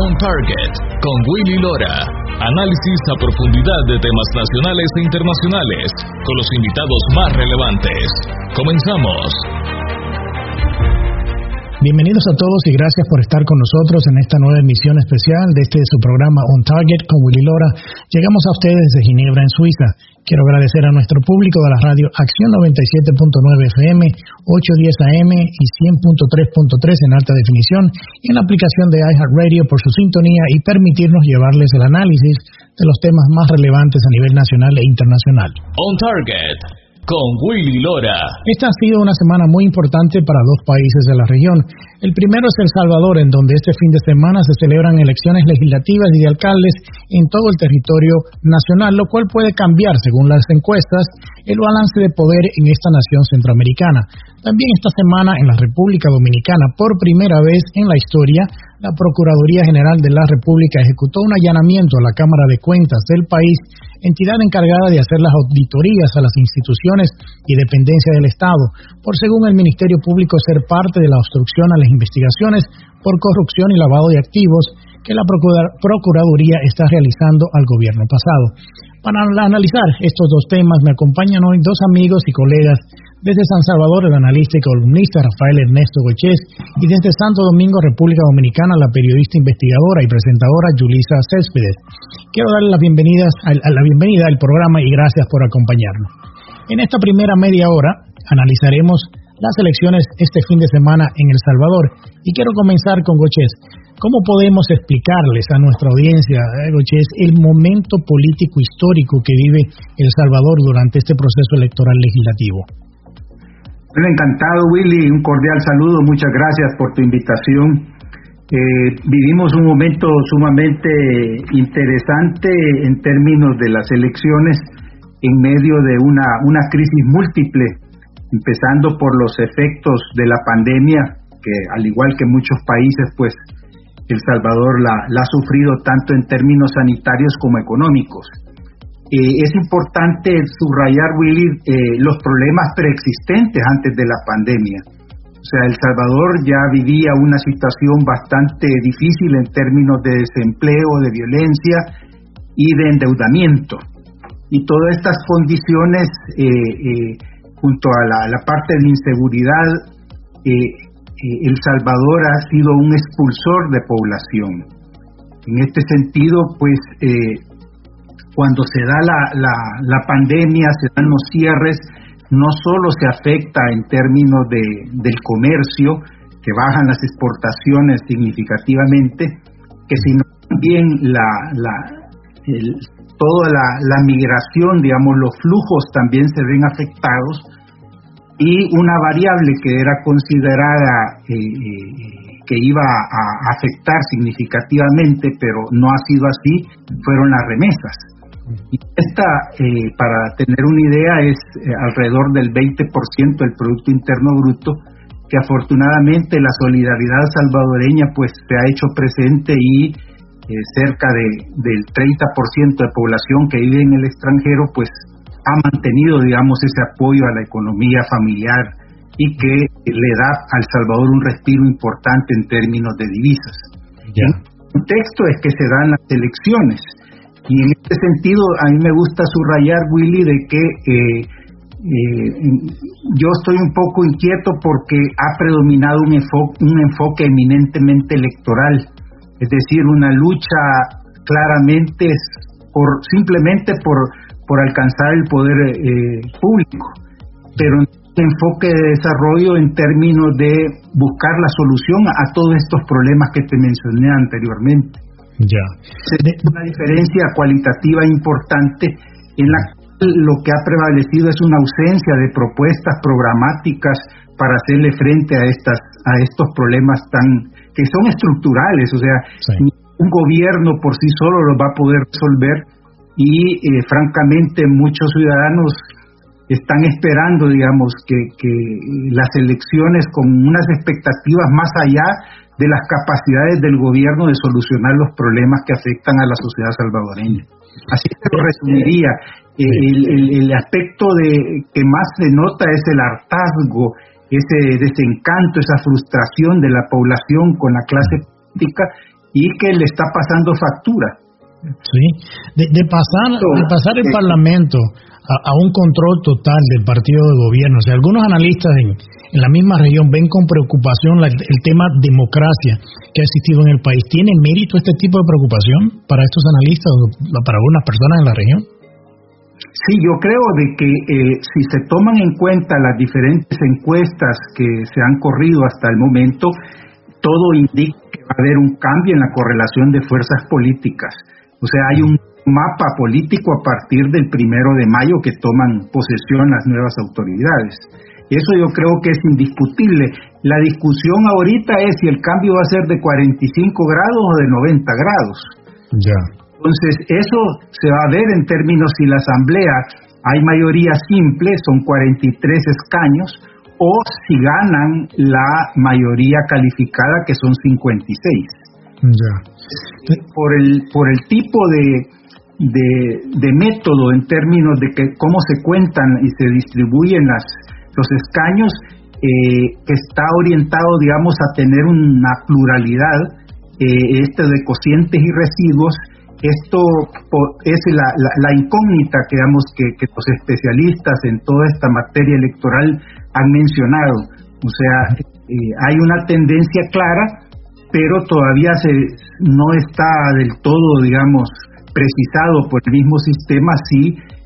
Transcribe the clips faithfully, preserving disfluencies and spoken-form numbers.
On Target con Willy Lora. Análisis a profundidad de temas nacionales e internacionales con los invitados más relevantes. Comenzamos. Bienvenidos a todos y gracias por estar con nosotros en esta nueva emisión especial de este su programa On Target con Willy Lora. Llegamos a ustedes desde Ginebra, en Suiza. Quiero agradecer a nuestro público de la radio Acción noventa y siete punto nueve F M, ochocientos diez A M y cien punto tres punto tres en alta definición y en la aplicación de iHeartRadio por su sintonía y permitirnos llevarles el análisis de los temas más relevantes a nivel nacional e internacional. On Target con Willy Lora. Esta ha sido una semana muy importante para dos países de la región. El primero es El Salvador, en donde este fin de semana se celebran elecciones legislativas y de alcaldes en todo el territorio nacional, lo cual puede cambiar, según las encuestas, el balance de poder en esta nación centroamericana. También esta semana en la República Dominicana, por primera vez en la historia, la Procuraduría General de la República ejecutó un allanamiento a la Cámara de Cuentas del país, entidad encargada de hacer las auditorías a las instituciones y dependencias del Estado, por, según el Ministerio Público, ser parte de la obstrucción a las investigaciones por corrupción y lavado de activos que la Procuraduría está realizando al gobierno pasado. Para analizar estos dos temas me acompañan hoy dos amigos y colegas desde San Salvador, el analista y columnista Rafael Ernesto Goiches, y desde Santo Domingo, República Dominicana, la periodista investigadora y presentadora Yulisa Céspedes. Quiero darle las bienvenidas a la bienvenida al programa y gracias por acompañarnos. En esta primera media hora analizaremos las elecciones este fin de semana en El Salvador y quiero comenzar con Goiches. ¿Cómo podemos explicarles a nuestra audiencia, eh, Goiches, el momento político histórico que vive El Salvador durante este proceso electoral legislativo? Bueno, encantado, Willy, un cordial saludo, muchas gracias por tu invitación. Eh, vivimos un momento sumamente interesante en términos de las elecciones en medio de una, una crisis múltiple, empezando por los efectos de la pandemia, que al igual que muchos países, pues El Salvador la, la ha sufrido tanto en términos sanitarios como económicos. Eh, es importante subrayar, Willy, eh, los problemas preexistentes antes de la pandemia. O sea, El Salvador ya vivía una situación bastante difícil en términos de desempleo, de violencia y de endeudamiento. Y todas estas condiciones, eh, eh, junto a la, la parte de inseguridad, eh, eh, El Salvador ha sido un expulsor de población. En este sentido, pues, eh, cuando se da la, la, la pandemia, se dan los cierres, no solo se afecta en términos de, del comercio, que bajan las exportaciones significativamente, que sino también la, la, el, toda la, la migración, digamos, los flujos también se ven afectados, y una variable que era considerada eh, eh, que iba a afectar significativamente, pero no ha sido así, fueron las remesas. Y esta, eh, para tener una idea, es eh, alrededor del veinte por ciento del Producto Interno Bruto, que afortunadamente la solidaridad salvadoreña pues se ha hecho presente y eh, cerca de, del treinta por ciento de población que vive en el extranjero pues ha mantenido, digamos, ese apoyo a la economía familiar y que le da al Salvador un respiro importante en términos de divisas. Yeah. El contexto es que se dan las elecciones. Y en este sentido, a mí me gusta subrayar, Willy, de que eh, eh, yo estoy un poco inquieto porque ha predominado un enfoque, un enfoque eminentemente electoral, es decir, una lucha claramente por simplemente por, por alcanzar el poder eh, público, pero un enfoque de desarrollo en términos de buscar la solución a todos estos problemas que te mencioné anteriormente. Ya. Es una diferencia cualitativa importante en la cual lo que ha prevalecido es una ausencia de propuestas programáticas para hacerle frente a estas a estos problemas tan que son estructurales, o sea, sí. Un gobierno por sí solo los va a poder resolver y eh, francamente muchos ciudadanos están esperando, digamos, que, que las elecciones con unas expectativas más allá de las capacidades del gobierno de solucionar los problemas que afectan a la sociedad salvadoreña. Así que lo resumiría. El, el, el aspecto de que más se nota es el hartazgo, ese desencanto, esa frustración de la población con la clase política y que le está pasando factura. Sí, de, de pasar de pasar el eh, Parlamento a, a un control total del partido de gobierno. O sea, algunos analistas en, en la misma región ven con preocupación la, el tema democracia que ha existido en el país. ¿Tiene mérito este tipo de preocupación para estos analistas o para algunas personas en la región? Sí, yo creo de que eh, si se toman en cuenta las diferentes encuestas que se han corrido hasta el momento, todo indica que va a haber un cambio en la correlación de fuerzas políticas. O sea, hay un mapa político a partir del primero de mayo que toman posesión las nuevas autoridades. Eso yo creo que es indiscutible. La discusión ahorita es si el cambio va a ser de cuarenta y cinco grados o de noventa grados. Ya. Entonces, eso se va a ver en términos si la asamblea hay mayoría simple, son cuarenta y tres escaños, o si ganan la mayoría calificada, que son cincuenta y seis. Ya. Por el por el tipo de, de de método en términos de que cómo se cuentan y se distribuyen las los escaños, eh, está orientado, digamos, a tener una pluralidad, eh, este de cocientes y residuos. Esto es la, la, la incógnita, digamos, que, que los especialistas en toda esta materia electoral han mencionado. O sea, eh, hay una tendencia clara, pero todavía se, no está del todo, digamos, precisado por el mismo sistema si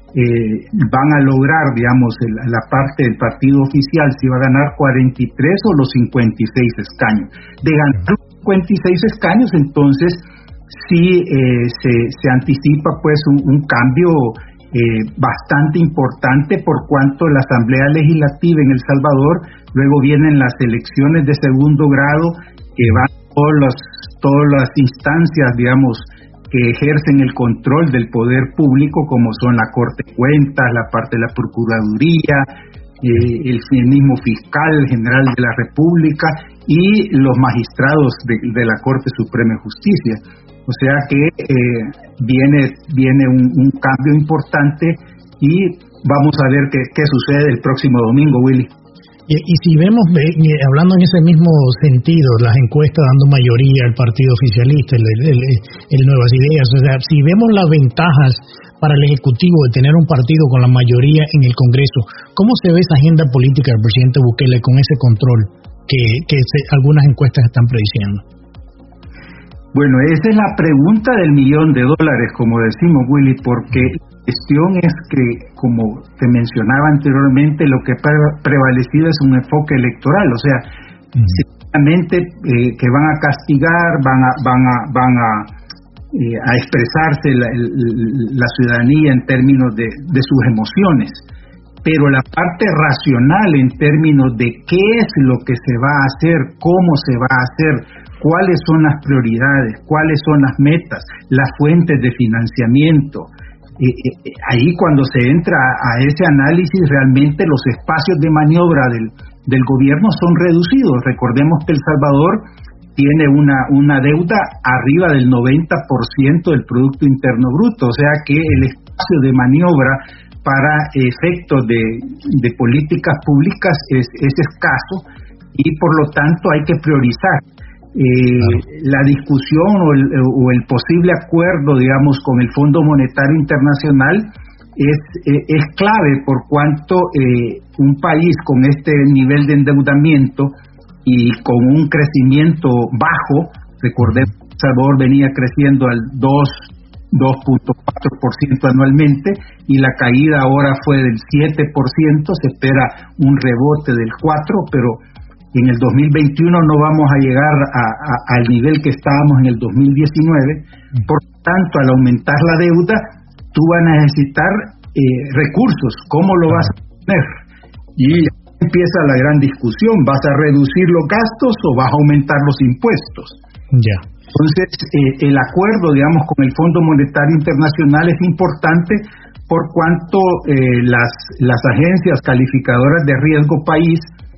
eh, van a lograr, digamos, el, la parte del partido oficial, si va a ganar cuarenta y tres o los cincuenta y seis escaños. De ganar cincuenta y seis escaños, entonces sí eh, se, se anticipa pues un, un cambio eh, bastante importante, por cuanto la Asamblea Legislativa en El Salvador, luego vienen las elecciones de segundo grado, que van todos los, todas las instancias, digamos, que ejercen el control del poder público, como son la Corte de Cuentas, la parte de la Procuraduría, eh, el, el mismo fiscal general de la República y los magistrados de, de la Corte Suprema de Justicia. O sea que eh, viene viene un, un cambio importante y vamos a ver qué, qué sucede el próximo domingo, Willy. Y, y si vemos, eh, hablando en ese mismo sentido, las encuestas dando mayoría al partido oficialista, el, el, el, el Nuevas Ideas, o sea, si vemos las ventajas para el Ejecutivo de tener un partido con la mayoría en el Congreso, ¿cómo se ve esa agenda política del presidente Bukele con ese control que, que se, algunas encuestas están prediciendo? Bueno, esa es la pregunta del millón de dólares, como decimos, Willy, porque la cuestión es que, como te mencionaba anteriormente, lo que ha prevalecido es un enfoque electoral, o sea, uh-huh. Ciertamente eh, que van a castigar, van a van a van a, eh, a expresarse la, la ciudadanía en términos de, de sus emociones, pero la parte racional en términos de qué es lo que se va a hacer, cómo se va a hacer, cuáles son las prioridades, cuáles son las metas, las fuentes de financiamiento. Eh, eh, ahí cuando se entra a ese análisis, realmente los espacios de maniobra del, del gobierno son reducidos. Recordemos que El Salvador tiene una, una deuda arriba del noventa por ciento del Producto Interno Bruto, o sea que el espacio de maniobra para efectos de, de políticas públicas es, es escaso y por lo tanto hay que priorizar. Eh, la discusión o el, o el posible acuerdo, digamos, con el Fondo Monetario Internacional es, eh, es clave, por cuanto eh, un país con este nivel de endeudamiento y con un crecimiento bajo, recordemos que El Salvador venía creciendo al dos punto cuatro por ciento anualmente y la caída ahora fue del siete por ciento, se espera un rebote del cuatro por ciento, pero en el dos mil veintiuno no vamos a llegar a, a, al nivel que estábamos en el dos mil diecinueve. Por tanto, al aumentar la deuda, tú vas a necesitar eh, recursos. ¿Cómo lo vas a poner? Y empieza la gran discusión. ¿Vas a reducir los gastos o vas a aumentar los impuestos? Ya. Entonces, eh, el acuerdo, digamos, con el Fondo Monetario Internacional es importante por cuanto eh, las, las agencias calificadoras de riesgo país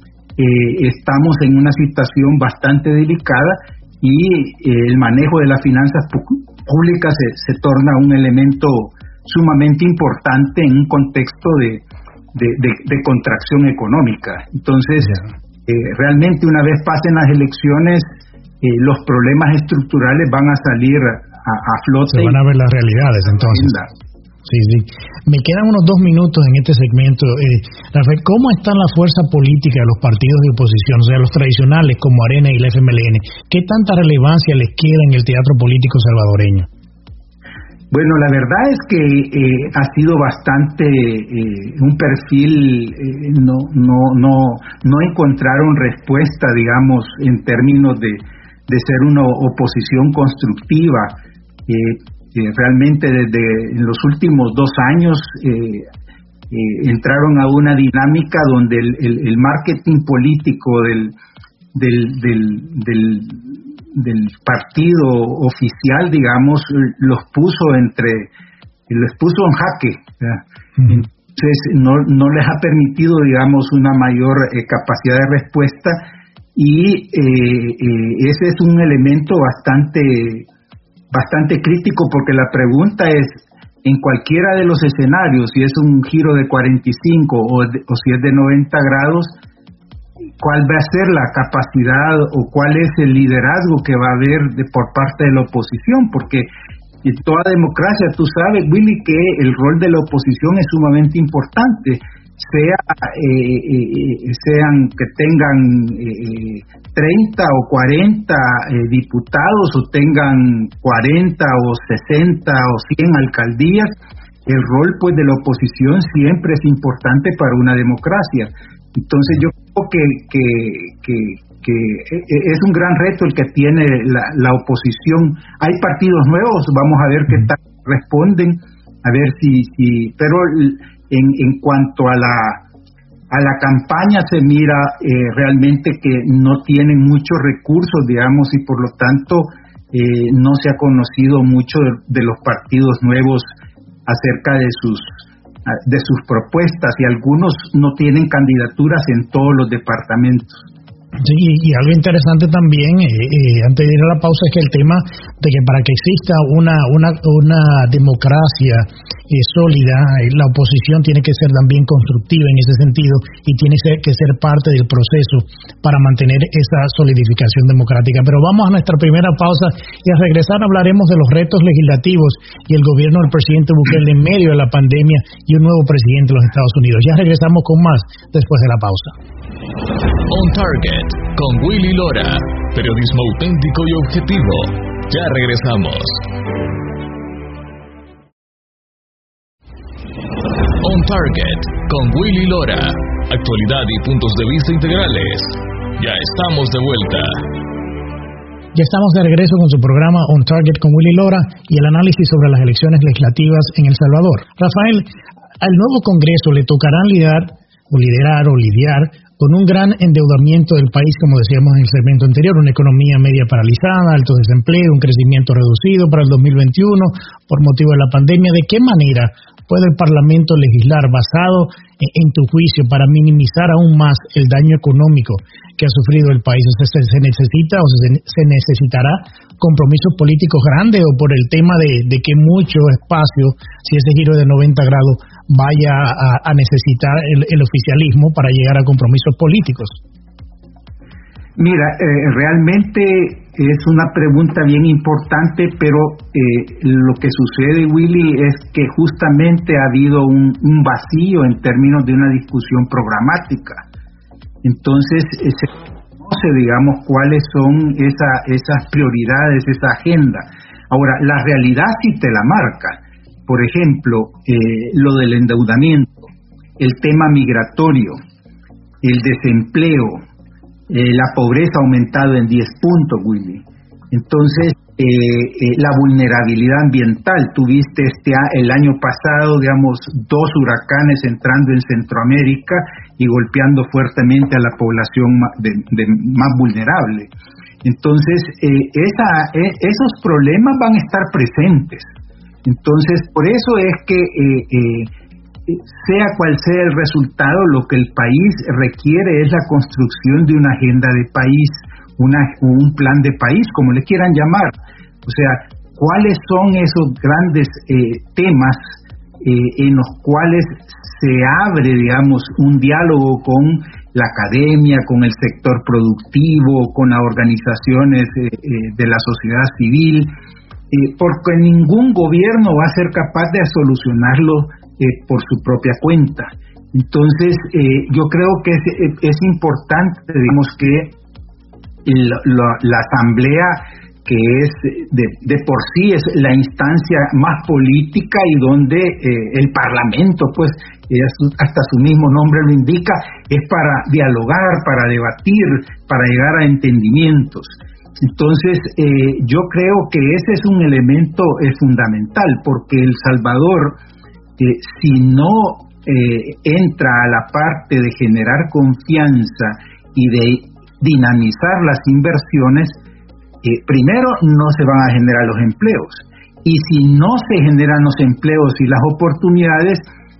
Eh, estamos en una situación bastante delicada y eh, el manejo de las finanzas pu- públicas se, se torna un elemento sumamente importante en un contexto de, de, de, de contracción económica. Entonces, yeah. eh, realmente una vez pasen las elecciones, eh, los problemas estructurales van a salir a, a flote. Se van a ver las realidades entonces. Sí, sí. Me quedan unos dos minutos en este segmento. Eh, Rafael, ¿cómo está la fuerza política de los partidos de oposición, o sea, los tradicionales como Arena y la F M L N? ¿Qué tanta relevancia les queda en el teatro político salvadoreño? Bueno, la verdad es que eh, ha sido bastante eh, un perfil, eh, no, no, no, no encontraron respuesta, digamos, en términos de, de ser una oposición constructiva. Eh, Eh, realmente desde los últimos dos años eh, eh, entraron a una dinámica donde el, el, el marketing político del del, del, del del partido oficial, digamos, los puso entre los puso en jaque, ¿verdad? Uh-huh. Entonces no no les ha permitido, digamos, una mayor eh, capacidad de respuesta, y eh, eh, ese es un elemento bastante bastante crítico, porque la pregunta es, en cualquiera de los escenarios, si es un giro de cuarenta y cinco o, de, o si es de noventa grados, ¿cuál va a ser la capacidad o cuál es el liderazgo que va a haber de, por parte de la oposición? Porque en toda democracia, tú sabes, Willy, que el rol de la oposición es sumamente importante, sea eh, eh, sean que tengan eh, treinta o cuarenta eh, diputados, o tengan cuarenta o sesenta o cien alcaldías. El rol, pues, de la oposición siempre es importante para una democracia. Entonces yo creo que que, que, que es un gran reto el que tiene la, la oposición. Hay partidos nuevos, vamos a ver qué tal responden, a ver si, si pero En, en cuanto a la a la campaña se mira eh, realmente que no tienen muchos recursos, digamos, y por lo tanto eh, no se ha conocido mucho de, de los partidos nuevos acerca de sus de sus propuestas, y algunos no tienen candidaturas en todos los departamentos. Sí, y algo interesante también, eh, eh, antes de ir a la pausa, es que el tema de que para que exista una una una democracia eh, sólida, eh, la oposición tiene que ser también constructiva en ese sentido, y tiene que ser parte del proceso para mantener esa solidificación democrática. Pero vamos a nuestra primera pausa, y al regresar hablaremos de los retos legislativos y el gobierno del presidente Bukele en medio de la pandemia y un nuevo presidente de los Estados Unidos. Ya regresamos con más después de la pausa. On Target con Willy Lora, periodismo auténtico y objetivo. Ya regresamos. On Target con Willy Lora, actualidad y puntos de vista integrales. Ya estamos de vuelta. Ya estamos de regreso con su programa On Target con Willy Lora y el análisis sobre las elecciones legislativas en El Salvador. Rafael, al nuevo Congreso le tocará liderar o liderar o lidiar con un gran endeudamiento del país, como decíamos en el segmento anterior, una economía media paralizada, alto desempleo, un crecimiento reducido para el dos mil veintiuno por motivo de la pandemia. ¿De qué manera puede el Parlamento legislar basado en, en tu juicio para minimizar aún más el daño económico que ha sufrido el país? ¿Se, se necesita o se, se necesitará compromisos políticos grandes, o por el tema de, de que mucho espacio, si ese giro de noventa grados vaya a, a necesitar el, el oficialismo para llegar a compromisos políticos? Mira, eh, realmente es una pregunta bien importante, pero eh, lo que sucede, Willy, es que justamente ha habido un, un vacío en términos de una discusión programática. Entonces, eh, se conoce, digamos, cuáles son esa, esas prioridades, esa agenda. Ahora, la realidad sí te la marca. Por ejemplo, eh, lo del endeudamiento, el tema migratorio, el desempleo, eh, la pobreza ha aumentado en diez puntos, Willy. Entonces, eh, eh, la vulnerabilidad ambiental, tuviste este el año pasado, digamos, dos huracanes entrando en Centroamérica y golpeando fuertemente a la población de, de más vulnerable. Entonces, eh, esa, eh, esos problemas van a estar presentes. Entonces, por eso es que eh, eh, sea cual sea el resultado, lo que el país requiere es la construcción de una agenda de país, una, un plan de país, como le quieran llamar. O sea, cuáles son esos grandes eh, temas eh, en los cuales se abre, digamos, un diálogo con la academia, con el sector productivo, con las organizaciones eh, eh, de la sociedad civil, eh, porque ningún gobierno va a ser capaz de solucionarlo eh, por su propia cuenta. Entonces, eh, yo creo que es, es importante, digamos, que la, la, la asamblea, que es de, de por sí es la instancia más política y donde eh, el parlamento, pues eh, hasta su mismo nombre lo indica, es para dialogar, para debatir, para llegar a entendimientos. Entonces, eh, yo creo que ese es un elemento eh, fundamental, porque El Salvador, eh, si no eh, entra a la parte de generar confianza y de dinamizar las inversiones, Eh, primero, no se van a generar los empleos, y si no se generan los empleos y las oportunidades,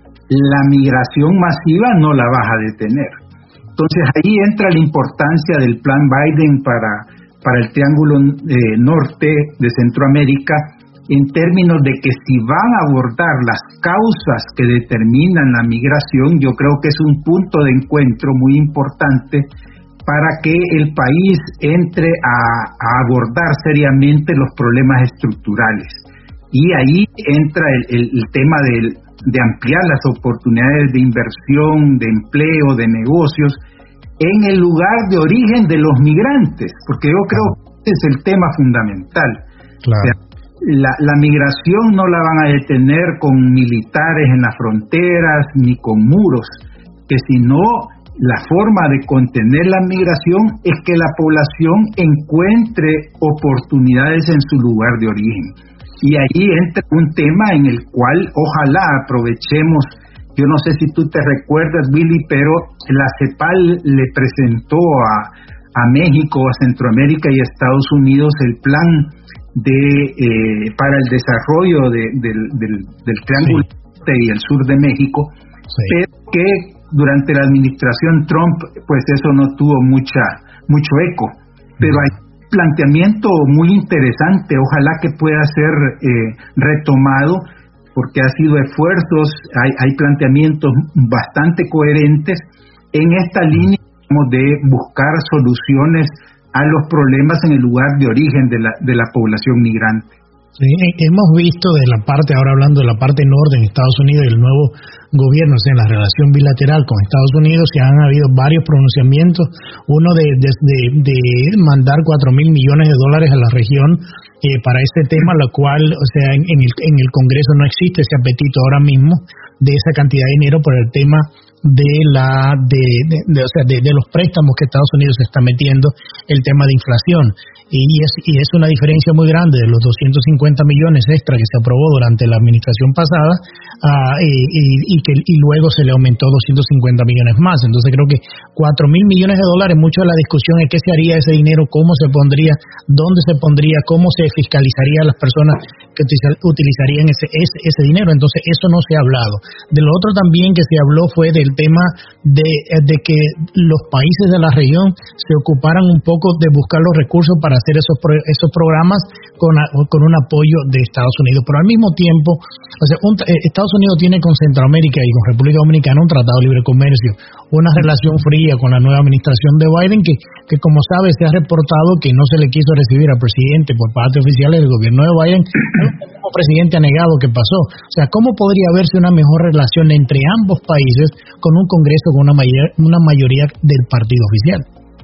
la migración masiva no la vas a detener. Entonces ahí entra la importancia del plan Biden para, para el Triángulo eh, Norte de Centroamérica, en términos de que si van a abordar las causas que determinan la migración, yo creo que es un punto de encuentro muy importante para que el país entre a, a abordar seriamente los problemas estructurales. Y ahí entra el, el, el tema del, de ampliar las oportunidades de inversión, de empleo, de negocios, en el lugar de origen de los migrantes, porque yo creo que ese es el tema fundamental. Claro. O sea, la, la migración no la van a detener con militares en las fronteras, ni con muros, que si no, la forma de contener la migración es que la población encuentre oportunidades en su lugar de origen. Y ahí entra un tema en el cual ojalá aprovechemos. Yo no sé si tú te recuerdas, Willy, pero la CEPAL le presentó a, a México, a Centroamérica y a Estados Unidos el plan de eh, para el desarrollo de, del, del, del Triángulo sí. Norte y el sur de México, sí. Pero que durante la administración Trump, pues eso no tuvo mucha mucho eco, pero hay un planteamiento muy interesante, ojalá que pueda ser eh, retomado, porque ha sido esfuerzos, hay, hay planteamientos bastante coherentes en esta línea de buscar soluciones a los problemas en el lugar de origen de la, de la población migrante. Sí, hemos visto de la parte, ahora hablando de la parte norte en Estados Unidos y el nuevo gobierno, o sea, en la relación bilateral con Estados Unidos, que han habido varios pronunciamientos, uno de, de, de, de mandar cuatro mil millones de dólares a la región eh, para este tema, lo cual, o sea, en, en, el, en el Congreso no existe ese apetito ahora mismo de esa cantidad de dinero por el tema de la de, de, de o sea de, de los préstamos que Estados Unidos se está metiendo, el tema de inflación, y es y es una diferencia muy grande de los doscientos cincuenta millones extra que se aprobó durante la administración pasada uh, y, y, y que y luego se le aumentó doscientos cincuenta millones más. Entonces creo que cuatro mil millones de dólares, mucho de la discusión es qué se haría ese dinero, cómo se pondría, dónde se pondría, cómo se fiscalizaría a las personas que utilizarían ese, ese ese dinero. Entonces eso no se ha hablado. De lo otro también que se habló fue del tema de, de que los países de la región se ocuparan un poco de buscar los recursos para hacer esos esos programas con, con un apoyo de Estados Unidos. Pero al mismo tiempo, o sea, un, Estados Unidos tiene con Centroamérica y con República Dominicana un tratado de libre comercio, una relación fría con la nueva administración de Biden que, que como sabes, se ha reportado que no se le quiso recibir al presidente por parte oficial del gobierno de Biden. El presidente ha negado que pasó. O sea, ¿cómo podría verse una mejor relación entre ambos países con un Congreso con una mayoría, una mayoría del partido oficial?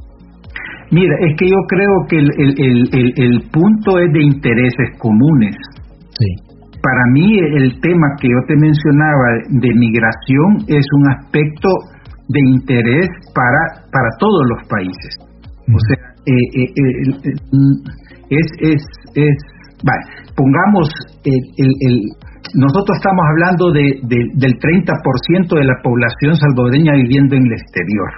Mira, es que yo creo que el, el, el, el, el punto es de intereses comunes. Sí. Para mí el tema que yo te mencionaba de migración es un aspecto de interés para, para todos los países. Mm. O sea, eh, eh, eh, es, es, es, vale, pongamos, el, el, el, nosotros estamos hablando de, de, del treinta por ciento de la población salvadoreña viviendo en el exterior.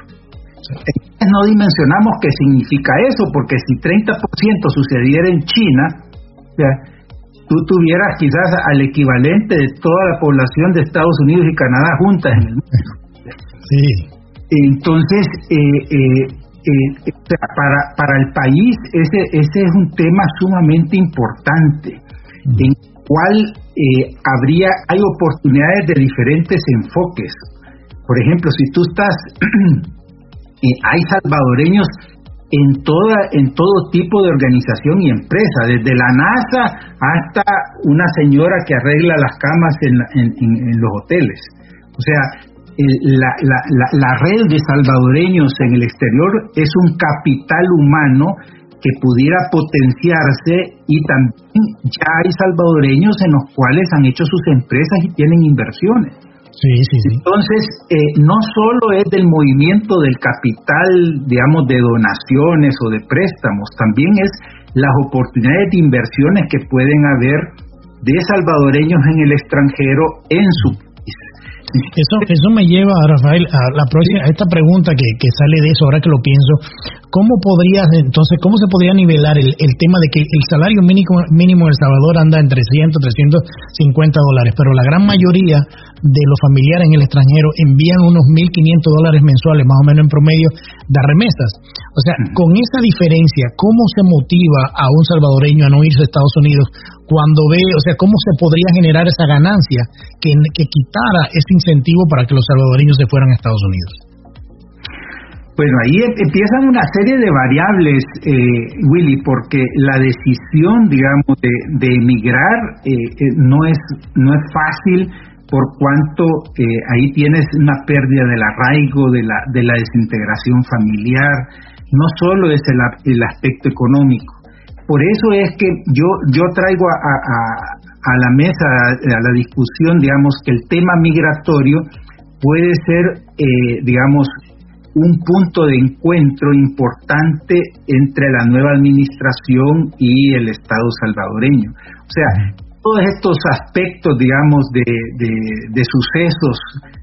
No dimensionamos qué significa eso, porque si treinta por ciento sucediera en China, ya, tú tuvieras quizás al equivalente de toda la población de Estados Unidos y Canadá juntas en el mundo. Sí. Entonces, eh, eh, eh, para, para el país ese, ese es un tema sumamente importante, uh-huh. en el cual eh, habría, hay oportunidades de diferentes enfoques. Por ejemplo, si tú estás eh, hay salvadoreños en toda en todo tipo de organización y empresa, desde la NASA hasta una señora que arregla las camas en, en, en, en los hoteles. O sea, el, la, la, la, la red de salvadoreños en el exterior es un capital humano que pudiera potenciarse, y también ya hay salvadoreños en los cuales han hecho sus empresas y tienen inversiones. Sí, sí, sí. Entonces, eh, no solo es del movimiento del capital, digamos, de donaciones o de préstamos, también es las oportunidades de inversiones que pueden haber de salvadoreños en el extranjero en su país. Eso, eso me lleva, Rafael, a la próxima, a esta pregunta que, que sale de eso, ahora que lo pienso. ¿Cómo podrías, entonces, cómo se podría nivelar el, el tema de que el salario mínimo, mínimo en El Salvador anda en trescientos, trescientos cincuenta dólares, pero la gran mayoría de los familiares en el extranjero envían unos mil quinientos dólares mensuales, más o menos en promedio, de remesas? O sea, uh-huh. Con esa diferencia, ¿cómo se motiva a un salvadoreño a no irse a Estados Unidos cuando ve, o sea, cómo se podría generar esa ganancia que, que quitara ese incentivo para que los salvadoreños se fueran a Estados Unidos? Bueno, ahí empiezan una serie de variables, eh, Willy, porque la decisión, digamos, de, de emigrar eh, eh, no es no es fácil, por cuanto eh, ahí tienes una pérdida del arraigo, de la de la desintegración familiar. No solo es el, el aspecto económico. Por eso es que yo yo traigo a, a, a la mesa, a la discusión, digamos, que el tema migratorio puede ser, eh, digamos, un punto de encuentro importante entre la nueva administración y el Estado salvadoreño. O sea, todos estos aspectos, digamos, de, de, de sucesos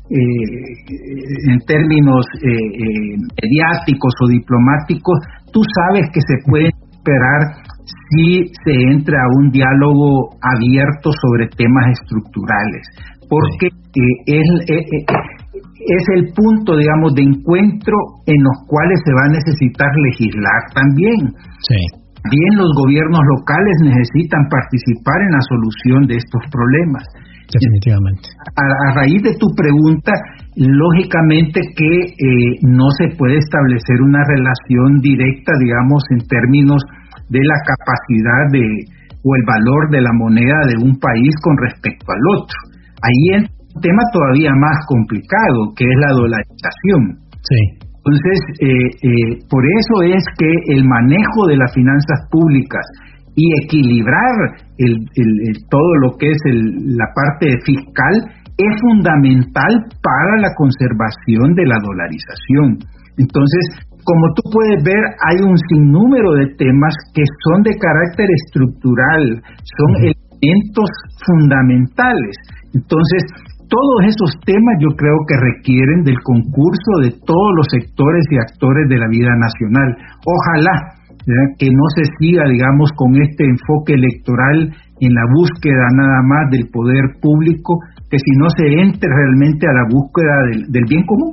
eh, en términos eh, eh, mediáticos o diplomáticos, tú sabes que se pueden esperar si se entra a un diálogo abierto sobre temas estructurales, porque eh, es, eh, eh, es el punto, digamos, de encuentro en los cuales se va a necesitar legislar también. Sí. Bien, los gobiernos locales necesitan participar en la solución de estos problemas. Definitivamente. A, a raíz de tu pregunta, lógicamente que eh, no se puede establecer una relación directa, digamos, en términos de la capacidad de o el valor de la moneda de un país con respecto al otro. Ahí entra un tema todavía más complicado, que es la dolarización. Sí. Entonces, eh, eh, por eso es que el manejo de las finanzas públicas y equilibrar el, el, el, todo lo que es el, la parte fiscal es fundamental para la conservación de la dolarización. Entonces, como tú puedes ver, hay un sinnúmero de temas que son de carácter estructural, son uh-huh. elementos fundamentales. Entonces, todos esos temas yo creo que requieren del concurso de todos los sectores y actores de la vida nacional. Ojalá ¿verdad? Que no se siga, digamos, con este enfoque electoral en la búsqueda nada más del poder público, que si no se entre realmente a la búsqueda del, del bien común.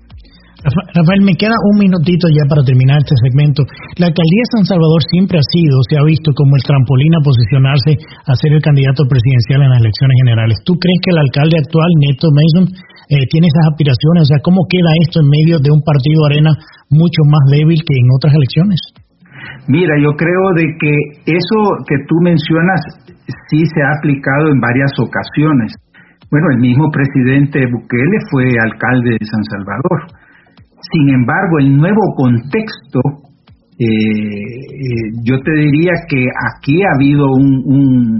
Rafael, me queda un minutito ya para terminar este segmento. La alcaldía de San Salvador siempre ha sido, se ha visto como el trampolín a posicionarse a ser el candidato presidencial en las elecciones generales. ¿Tú crees que el alcalde actual, Neto Mason, eh, tiene esas aspiraciones? O sea, ¿cómo queda esto en medio de un partido arena mucho más débil que en otras elecciones? Mira, yo creo de que eso que tú mencionas sí se ha aplicado en varias ocasiones. Bueno, el mismo presidente Bukele fue alcalde de San Salvador. Sin embargo, el nuevo contexto, eh, eh, yo te diría que aquí ha habido un, un,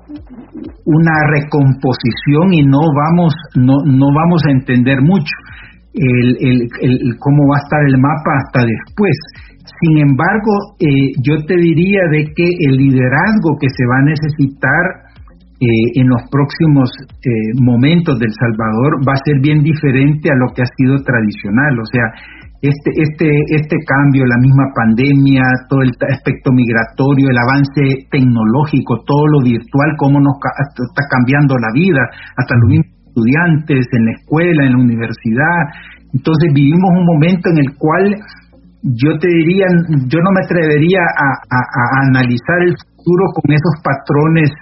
una recomposición y no vamos no no vamos a entender mucho el, el, el cómo va a estar el mapa hasta después. Sin embargo, eh, yo te diría de que el liderazgo que se va a necesitar Eh, en los próximos eh, momentos del Salvador va a ser bien diferente a lo que ha sido tradicional. O sea, este este este cambio, la misma pandemia, todo el aspecto migratorio, el avance tecnológico, todo lo virtual, cómo nos ca- está cambiando la vida, hasta los mismos estudiantes en la escuela, en la universidad. Entonces vivimos un momento en el cual yo te diría, yo no me atrevería a, a, a analizar el futuro con esos patrones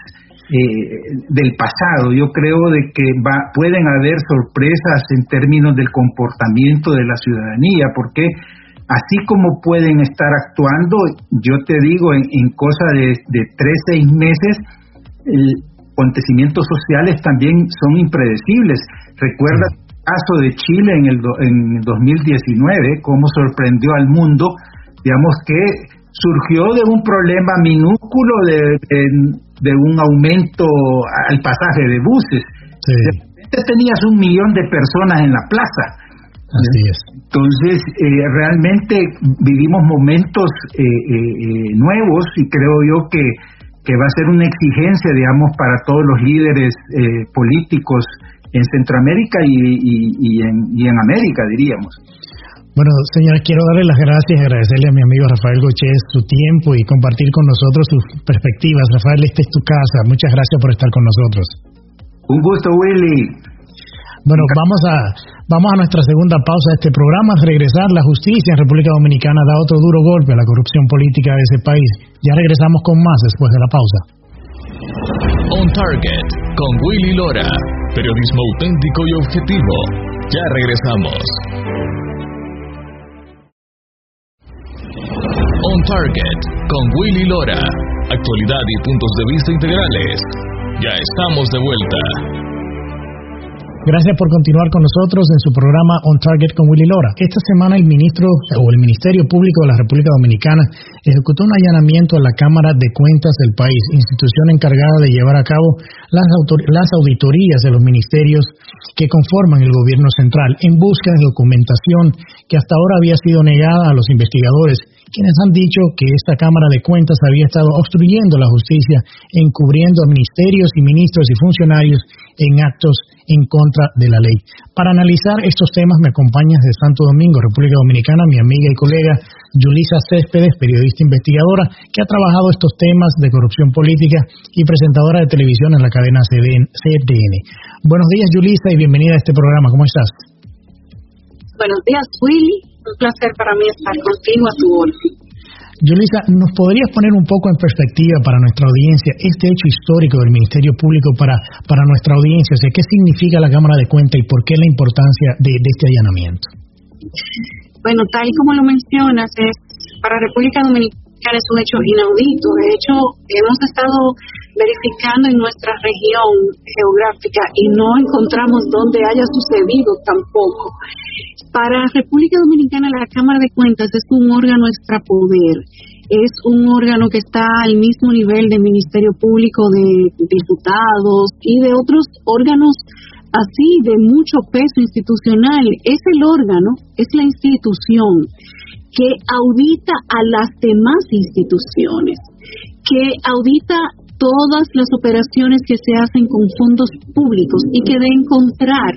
eh, del pasado. Yo creo de que va, pueden haber sorpresas en términos del comportamiento de la ciudadanía, porque así como pueden estar actuando, yo te digo, en, en cosa de, de tres, seis meses, el, acontecimientos sociales también son impredecibles. Recuerda el caso de Chile en el, en dos mil diecinueve, cómo sorprendió al mundo, digamos que surgió de un problema minúsculo de, de, de un aumento al pasaje de buses. Sí. De repente tenías un millón de personas en la plaza. Así es. Entonces, eh, realmente vivimos momentos eh, eh, nuevos y creo yo que que va a ser una exigencia, digamos, para todos los líderes eh, políticos en Centroamérica y, y, y, en, y en América, diríamos. Bueno, señores, quiero darle las gracias y agradecerle a mi amigo Rafael Goches su tiempo y compartir con nosotros sus perspectivas. Rafael, esta es tu casa. Muchas gracias por estar con nosotros. Un gusto, Willy. Bueno, vamos a vamos a nuestra segunda pausa de este programa. Al regresar, la justicia en República Dominicana da otro duro golpe a la corrupción política de ese país. Ya regresamos con más después de la pausa. On Target con Willy Lora, periodismo auténtico y objetivo. Ya regresamos. On Target con Willy Lora, actualidad y puntos de vista integrales. Ya estamos de vuelta. Gracias por continuar con nosotros en su programa On Target con Willy Lora. Esta semana el ministro o el Ministerio Público de la República Dominicana ejecutó un allanamiento a la Cámara de Cuentas del país, institución encargada de llevar a cabo las, autor- las auditorías de los ministerios que conforman el gobierno central en busca de documentación que hasta ahora había sido negada a los investigadores, quienes han dicho que esta Cámara de Cuentas había estado obstruyendo la justicia, encubriendo a ministerios y ministros y funcionarios en actos en contra de la ley. Para analizar estos temas me acompaña desde Santo Domingo, República Dominicana, mi amiga y colega Yulisa Céspedes, periodista investigadora que ha trabajado estos temas de corrupción política y presentadora de televisión en la cadena C D N. Buenos días, Yulisa, y bienvenida a este programa. ¿Cómo estás? Buenos días, Willy. Un placer para mí estar contigo a tu hora. Yulisa, ¿nos podrías poner un poco en perspectiva para nuestra audiencia este hecho histórico del Ministerio Público para, para nuestra audiencia? O sea, ¿qué significa la Cámara de Cuentas y por qué la importancia de, de este allanamiento? Bueno, tal y como lo mencionas, es, para República Dominicana es un hecho inaudito. De hecho, hemos estado verificando en nuestra región geográfica y no encontramos dónde haya sucedido tampoco. Para República Dominicana, la Cámara de Cuentas es un órgano extrapoder, es un órgano que está al mismo nivel del Ministerio Público, de diputados y de otros órganos así de mucho peso institucional. Es el órgano, es la institución que audita a las demás instituciones, que audita todas las operaciones que se hacen con fondos públicos y que de encontrar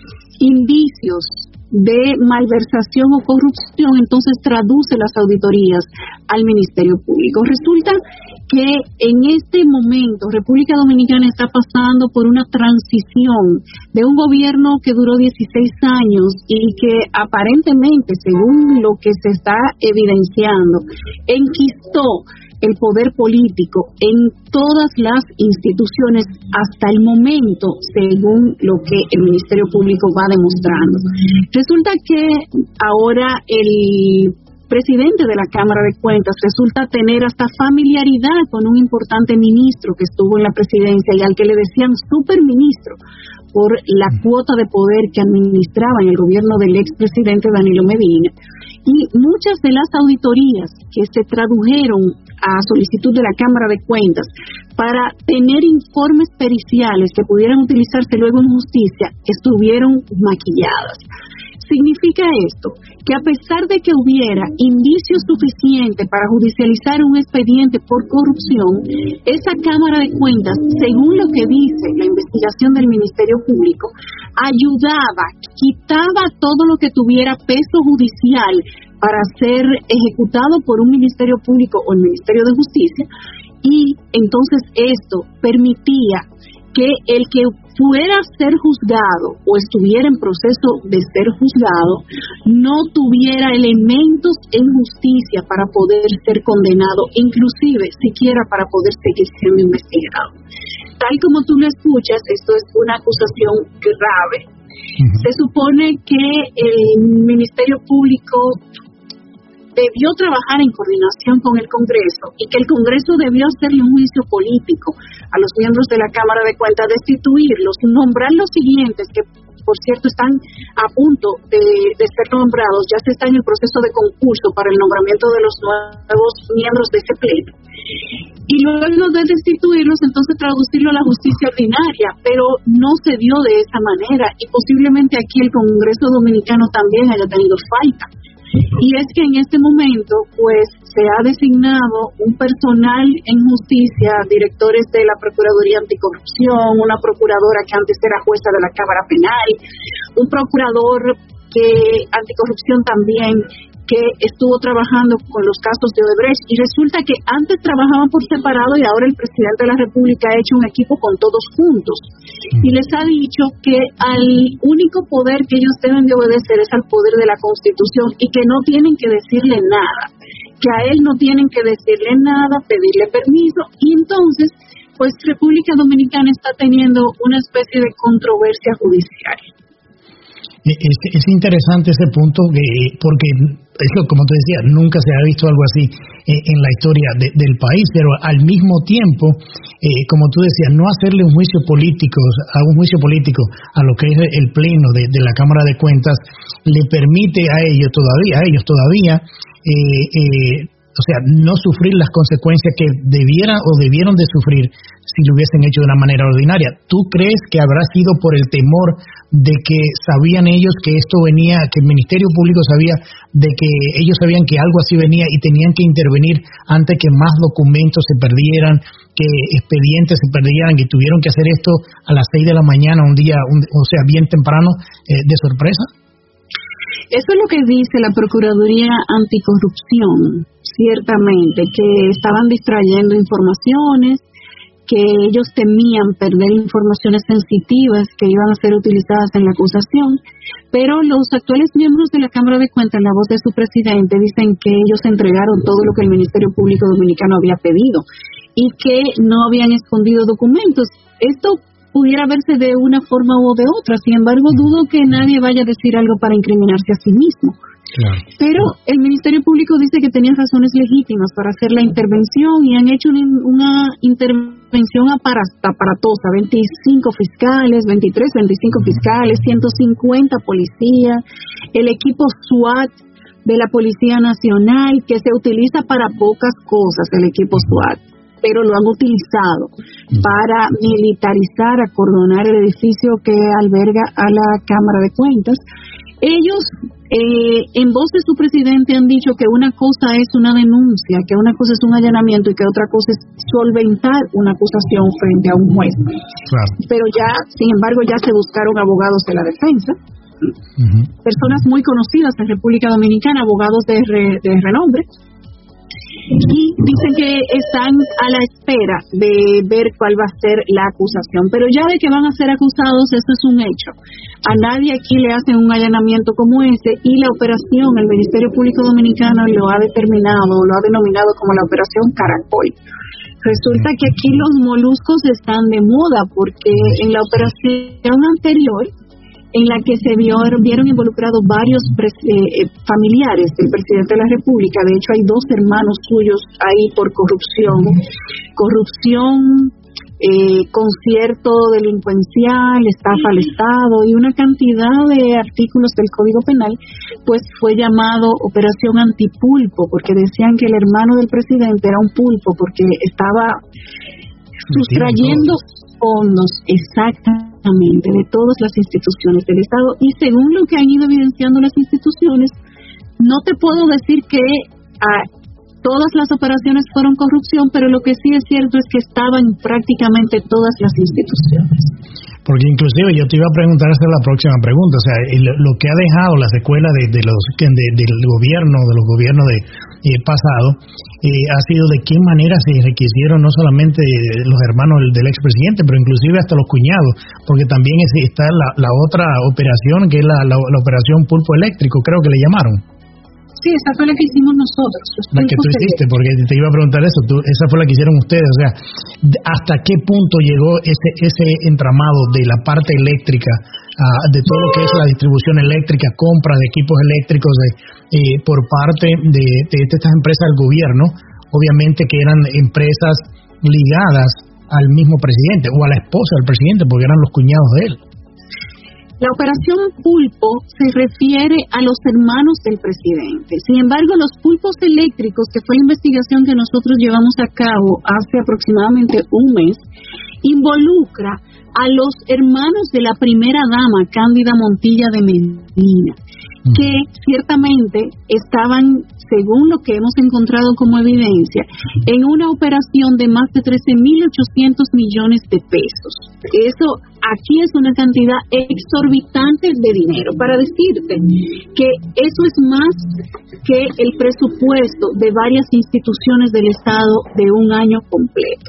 indicios de malversación o corrupción, entonces traduce las auditorías al Ministerio Público. Resulta que en este momento República Dominicana está pasando por una transición de un gobierno que duró dieciséis años y que aparentemente, según lo que se está evidenciando, enquistó el poder político en todas las instituciones hasta el momento, según lo que el Ministerio Público va demostrando. Resulta que ahora el presidente de la Cámara de Cuentas resulta tener hasta familiaridad con un importante ministro que estuvo en la presidencia y al que le decían superministro por la cuota de poder que administraba en el gobierno del expresidente Danilo Medina. Y muchas de las auditorías que se tradujeron a solicitud de la Cámara de Cuentas para tener informes periciales que pudieran utilizarse luego en justicia estuvieron maquilladas. Significa esto que a pesar de que hubiera indicios suficientes para judicializar un expediente por corrupción, esa Cámara de Cuentas, según lo que dice la investigación del Ministerio Público, ayudaba, quitaba todo lo que tuviera peso judicial para ser ejecutado por un Ministerio Público o el Ministerio de Justicia, y entonces esto permitía que el que fuera a ser juzgado o estuviera en proceso de ser juzgado no tuviera elementos en justicia para poder ser condenado, inclusive siquiera para poder seguir siendo investigado. tal como tú lo escuchas, esto es una acusación grave. Uh-huh. Se supone que el Ministerio Público debió trabajar en coordinación con el Congreso y que el Congreso debió hacerle un juicio político a los miembros de la Cámara de Cuentas, destituirlos, nombrar los siguientes, que por cierto están a punto de, de ser nombrados, ya se está en el proceso de concurso para el nombramiento de los nuevos miembros de ese pleno, y luego de destituirlos entonces traducirlo a la justicia ordinaria, pero no se dio de esa manera y posiblemente aquí el Congreso Dominicano también haya tenido falta. Y es que en este momento pues se ha designado un personal en justicia, directores de la Procuraduría Anticorrupción, una procuradora que antes era jueza de la Cámara Penal, un procurador que anticorrupción también, que estuvo trabajando con los casos de Odebrecht, y resulta que antes trabajaban por separado y ahora el presidente de la República ha hecho un equipo con todos juntos y les ha dicho que al único poder que ellos deben de obedecer es al poder de la Constitución y que no tienen que decirle nada, que a él no tienen que decirle nada, pedirle permiso, y entonces pues República Dominicana está teniendo una especie de controversia judicial. Es, es interesante ese punto, eh, porque eso, como te decía, nunca se ha visto algo así eh, en la historia de, del país, pero al mismo tiempo, eh, como tú decías, no hacerle un juicio político, a un juicio político a lo que es el pleno de, de la Cámara de Cuentas, le permite a ellos todavía, a ellos todavía, eh, eh, o sea, no sufrir las consecuencias que debieran o debieron de sufrir si lo hubiesen hecho de una manera ordinaria. ¿Tú crees que habrá sido por el temor de que sabían ellos que esto venía, que el Ministerio Público sabía de que ellos sabían que algo así venía y tenían que intervenir antes que más documentos se perdieran, que expedientes se perdieran, y tuvieron que hacer esto a las seis de la mañana un día, un, o sea, bien temprano, eh, de sorpresa? Eso es lo que dice la Procuraduría Anticorrupción, ciertamente, que estaban distrayendo informaciones, que ellos temían perder informaciones sensitivas que iban a ser utilizadas en la acusación, pero los actuales miembros de la Cámara de Cuentas, en la voz de su presidente, dicen que ellos entregaron todo lo que el Ministerio Público Dominicano había pedido y que no habían escondido documentos. Esto pudiera verse de una forma u de otra, sin embargo dudo que nadie vaya a decir algo para incriminarse a sí mismo. Claro. Pero el Ministerio Público dice que tenían razones legítimas para hacer la intervención y han hecho una, una intervención aparatosa, veinticinco fiscales, veintitrés, veinticinco fiscales, ciento cincuenta policías, el equipo SWAT de la Policía Nacional, que se utiliza para pocas cosas, el equipo SWAT, pero lo han utilizado para militarizar, acordonar el edificio que alberga a la Cámara de Cuentas. Ellos, eh, en voz de su presidente, han dicho que una cosa es una denuncia, que una cosa es un allanamiento y que otra cosa es solventar una acusación frente a un juez. Claro. Pero ya, sin embargo, ya se buscaron abogados de la defensa, uh-huh. personas muy conocidas en República Dominicana, abogados de, re, de renombre, y dicen que están a la espera de ver cuál va a ser la acusación, pero ya de que van a ser acusados, eso es un hecho. A nadie aquí le hacen un allanamiento como ese, y la operación, el Ministerio Público Dominicano lo ha determinado, lo ha denominado como la operación Caracol. Resulta que aquí los moluscos están de moda, porque en la operación anterior, en la que se vio, vieron involucrados varios pres, eh, familiares del presidente de la República. De hecho, hay dos hermanos suyos ahí por corrupción. Corrupción, eh, concierto delincuencial, estafa al Estado y una cantidad de artículos del Código Penal, pues fue llamado Operación Antipulpo, porque decían que el hermano del presidente era un pulpo, porque estaba sustrayendo fondos exactamente de todas las instituciones del Estado, y según lo que han ido evidenciando las instituciones, no te puedo decir que ah, todas las operaciones fueron corrupción, pero lo que sí es cierto es que estaban prácticamente todas las instituciones. Porque inclusive yo te iba a preguntar, esa es la próxima pregunta, o sea, lo, lo que ha dejado la secuela de, de los de, del gobierno, de los gobiernos de eh, pasado, eh, ha sido de qué manera se requisieron no solamente los hermanos del, del expresidente, pero inclusive hasta los cuñados, porque también es, está la, la otra operación, que es la, la, la operación Pulpo Eléctrico, creo que le llamaron. Sí, esa fue la que hicimos nosotros. La que tú hiciste, porque te iba a preguntar eso, tú, esa fue la que hicieron ustedes, o sea, ¿hasta qué punto llegó ese ese entramado de la parte eléctrica, uh, de todo lo que es la distribución eléctrica, compra de equipos eléctricos de, eh, por parte de, de estas empresas del gobierno, obviamente que eran empresas ligadas al mismo presidente o a la esposa del presidente, porque eran los cuñados de él? La operación Pulpo se refiere a los hermanos del presidente. Sin embargo, los pulpos eléctricos, que fue la investigación que nosotros llevamos a cabo hace aproximadamente un mes, involucra a los hermanos de la primera dama, Cándida Montilla de Medina, que ciertamente estaban, según lo que hemos encontrado como evidencia, en una operación de más de trece mil ochocientos millones de pesos. Eso aquí es una cantidad exorbitante de dinero. Para decirte que eso es más que el presupuesto de varias instituciones del Estado de un año completo.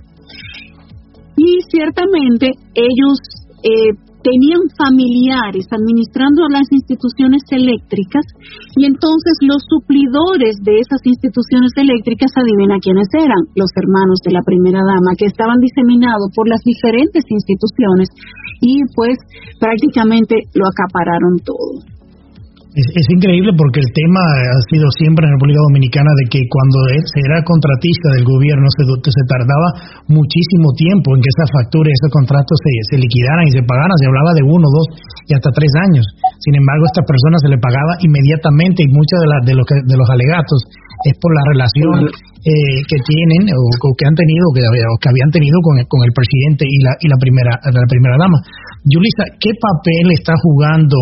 Y ciertamente ellos eh, tenían familiares administrando las instituciones eléctricas, y entonces los suplidores de esas instituciones eléctricas, adivina quiénes eran, los hermanos de la primera dama, que estaban diseminados por las diferentes instituciones y pues prácticamente lo acapararon todo. Es, es increíble porque el tema ha sido siempre en República Dominicana de que cuando se era contratista del gobierno se, se tardaba muchísimo tiempo en que esas facturas y esos contratos se, se liquidaran y se pagaran. Se hablaba de uno, dos y hasta tres años. Sin embargo, a estas personas se le pagaba inmediatamente, y muchos de, la, de, los que, de los alegatos es por la relación eh, que tienen o, o que han tenido que, o que habían tenido con el, con el presidente y la y la primera la primera dama. Yulisa, ¿qué papel está jugando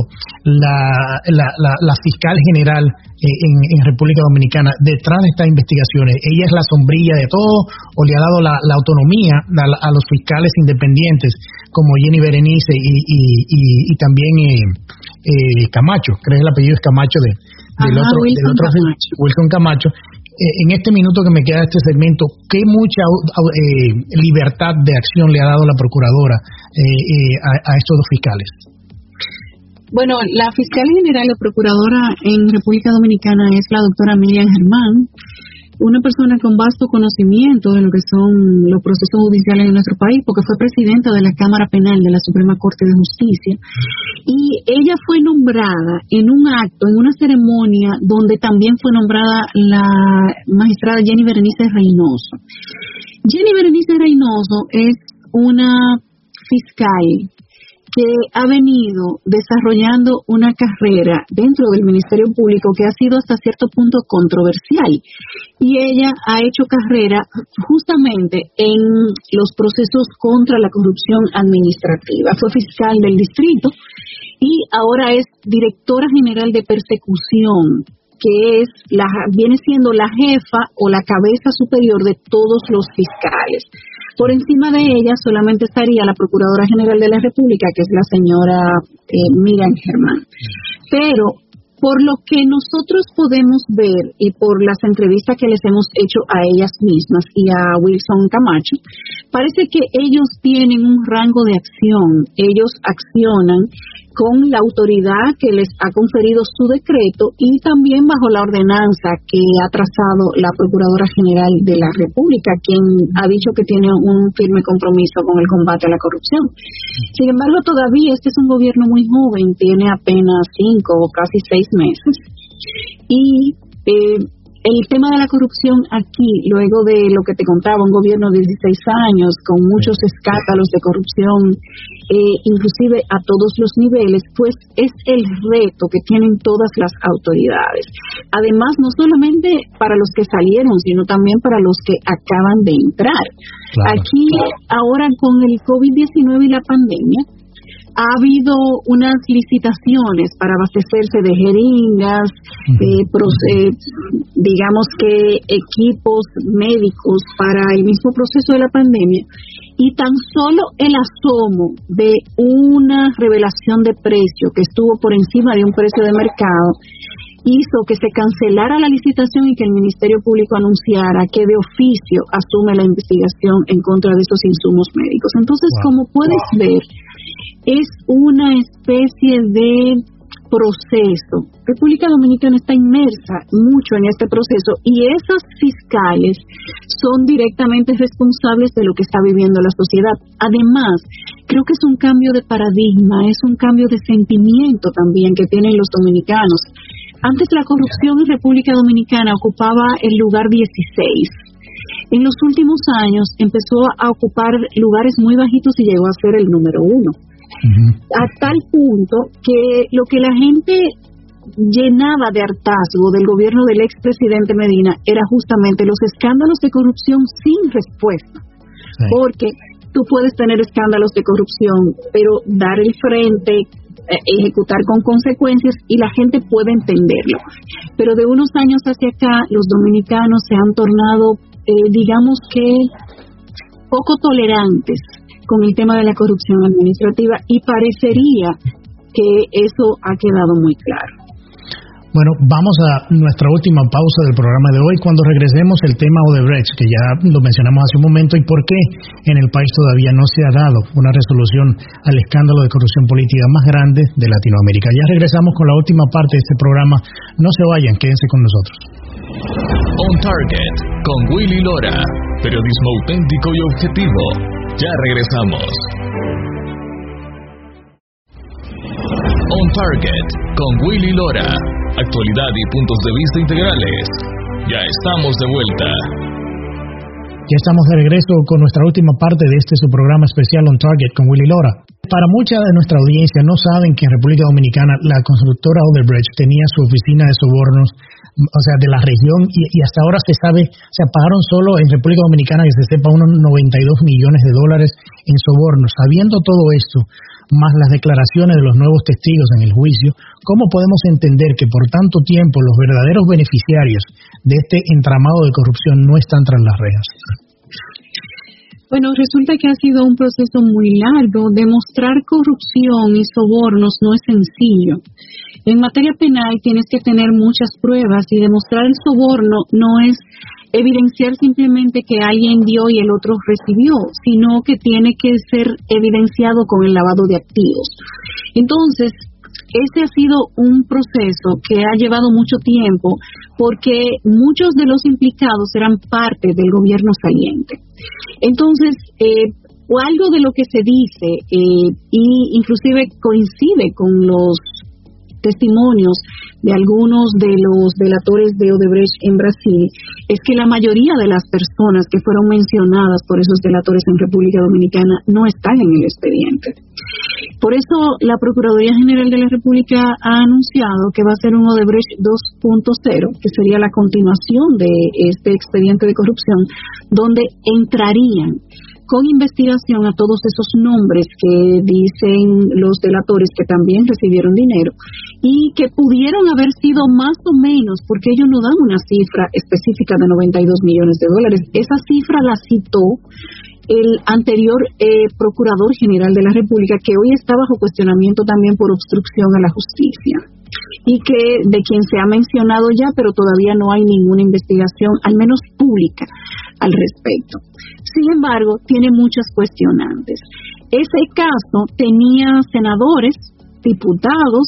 la la, la, la fiscal general eh, en, en República Dominicana detrás de estas investigaciones? ¿Ella es la sombrilla de todo o le ha dado la, la autonomía a, a los fiscales independientes como Jenny Berenice y y, y, y también eh, eh, Camacho? ¿Crees el apellido es Camacho de del Ajá, otro, Wilson, del otro Camacho. Wilson Camacho? En este minuto que me queda de este segmento, ¿qué mucha eh, libertad de acción le ha dado la procuradora eh, eh, a, a estos dos fiscales? Bueno, la fiscal general o procuradora en República Dominicana es la doctora Miriam Germán, una persona con vasto conocimiento de lo que son los procesos judiciales en nuestro país, porque fue presidenta de la Cámara Penal de la Suprema Corte de Justicia, y ella fue nombrada en un acto, en una ceremonia donde también fue nombrada la magistrada Jenny Berenice Reynoso. Jenny Berenice Reynoso es una fiscal que ha venido desarrollando una carrera dentro del Ministerio Público que ha sido hasta cierto punto controversial, y ella ha hecho carrera justamente en los procesos contra la corrupción administrativa. Fue fiscal del distrito y ahora es directora general de persecución, que es la viene siendo la jefa o la cabeza superior de todos los fiscales. Por encima de ella solamente estaría la Procuradora General de la República, que es la señora eh, Miriam Germán. Pero por lo que nosotros podemos ver y por las entrevistas que les hemos hecho a ellas mismas y a Wilson Camacho, parece que ellos tienen un rango de acción. Ellos accionan con la autoridad que les ha conferido su decreto y también bajo la ordenanza que ha trazado la Procuradora General de la República, quien ha dicho que tiene un firme compromiso con el combate a la corrupción. Sin embargo, todavía este es un gobierno muy joven, tiene apenas cinco o casi seis meses, y eh, el tema de la corrupción aquí, luego de lo que te contaba, un gobierno de dieciséis años con muchos escándalos de corrupción, eh, inclusive a todos los niveles, pues es el reto que tienen todas las autoridades. Además, no solamente para los que salieron, sino también para los que acaban de entrar. Claro, aquí, claro. Ahora con el COVID diecinueve y la pandemia, ha habido unas licitaciones para abastecerse de jeringas, uh-huh. eh, pros, eh, digamos que equipos médicos para el mismo proceso de la pandemia, y tan solo el asomo de una revelación de precio que estuvo por encima de un precio de mercado hizo que se cancelara la licitación y que el Ministerio Público anunciara que de oficio asume la investigación en contra de esos insumos médicos. Entonces, wow. como puedes wow. ver, es una especie de proceso. República Dominicana está inmersa mucho en este proceso y esas fiscales son directamente responsables de lo que está viviendo la sociedad. Además, creo que es un cambio de paradigma, es un cambio de sentimiento también que tienen los dominicanos. Antes la corrupción en República Dominicana ocupaba el lugar dieciséis. En los últimos años empezó a ocupar lugares muy bajitos y llegó a ser el número uno. Uh-huh. A tal punto que lo que la gente llenaba de hartazgo del gobierno del expresidente Medina era justamente los escándalos de corrupción sin respuesta. Sí. Porque tú puedes tener escándalos de corrupción, pero dar el frente, ejecutar con consecuencias y la gente puede entenderlo. Pero de unos años hacia acá, los dominicanos se han tornado, eh, digamos que, poco tolerantes con el tema de la corrupción administrativa y parecería que eso ha quedado muy claro. Bueno, vamos a nuestra última pausa del programa de hoy. Cuando regresemos, el tema Odebrecht, que ya lo mencionamos hace un momento, y por qué en el país todavía no se ha dado una resolución al escándalo de corrupción política más grande de Latinoamérica. Ya regresamos con la última parte de este programa. No se vayan, quédense con nosotros. On Target, con Willy Lora. Periodismo auténtico y objetivo. Ya regresamos. On Target, con Willy Lora. Actualidad y puntos de vista integrales. Ya estamos de vuelta. Ya estamos de regreso con nuestra última parte de este su programa especial On Target con Willy Lora. Para mucha de nuestra audiencia no saben que en República Dominicana la constructora Odebrecht tenía su oficina de sobornos, o sea, de la región, y, y hasta ahora se sabe, se pagaron solo en República Dominicana, que se sepa, unos noventa y dos millones de dólares en sobornos. Sabiendo todo esto, más las declaraciones de los nuevos testigos en el juicio, ¿cómo podemos entender que por tanto tiempo los verdaderos beneficiarios de este entramado de corrupción no están tras las rejas? Bueno, resulta que ha sido un proceso muy largo. Demostrar corrupción y sobornos no es sencillo. En materia penal tienes que tener muchas pruebas y demostrar el soborno no es evidenciar simplemente que alguien dio y el otro recibió, sino que tiene que ser evidenciado con el lavado de activos. Entonces, ese ha sido un proceso que ha llevado mucho tiempo porque muchos de los implicados eran parte del gobierno saliente. Entonces, eh, algo de lo que se dice, eh, y inclusive coincide con los testimonios de algunos de los delatores de Odebrecht en Brasil, es que la mayoría de las personas que fueron mencionadas por esos delatores en República Dominicana no están en el expediente. Por eso la Procuraduría General de la República ha anunciado que va a ser un Odebrecht dos punto cero, que sería la continuación de este expediente de corrupción, donde entrarían con investigación a todos esos nombres que dicen los delatores que también recibieron dinero y que pudieron haber sido más o menos, porque ellos no dan una cifra específica de noventa y dos millones de dólares. Esa cifra la citó el anterior eh, Procurador General de la República, que hoy está bajo cuestionamiento también por obstrucción a la justicia, y que de quien se ha mencionado ya, pero todavía no hay ninguna investigación, al menos pública, al respecto. Sin embargo, tiene muchas cuestionantes. Ese caso tenía senadores, diputados,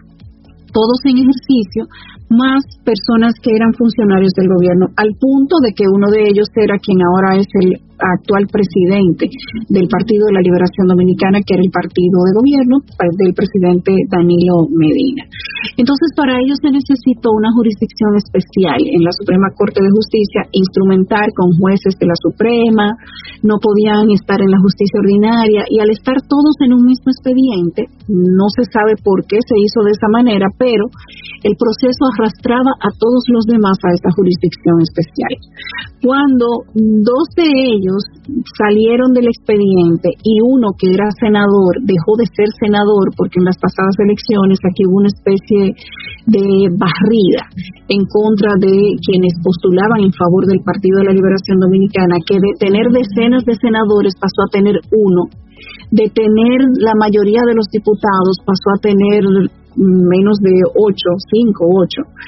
todos en ejercicio, más personas que eran funcionarios del gobierno, al punto de que uno de ellos era quien ahora es el actual presidente del Partido de la Liberación Dominicana, que era el partido de gobierno del presidente Danilo Medina. Entonces, para ello se necesitó una jurisdicción especial en la Suprema Corte de Justicia, instrumentar con jueces de la Suprema, no podían estar en la justicia ordinaria, y al estar todos en un mismo expediente, no se sabe por qué se hizo de esa manera, pero el proceso arrastraba a todos los demás a esta jurisdicción especial. Cuando dos de ellos salieron del expediente y uno que era senador dejó de ser senador, porque en las pasadas elecciones aquí hubo una especie de barrida en contra de quienes postulaban en favor del Partido de la Liberación Dominicana, que de tener decenas de senadores pasó a tener uno, de tener la mayoría de los diputados pasó a tener menos de ocho, cinco, ocho.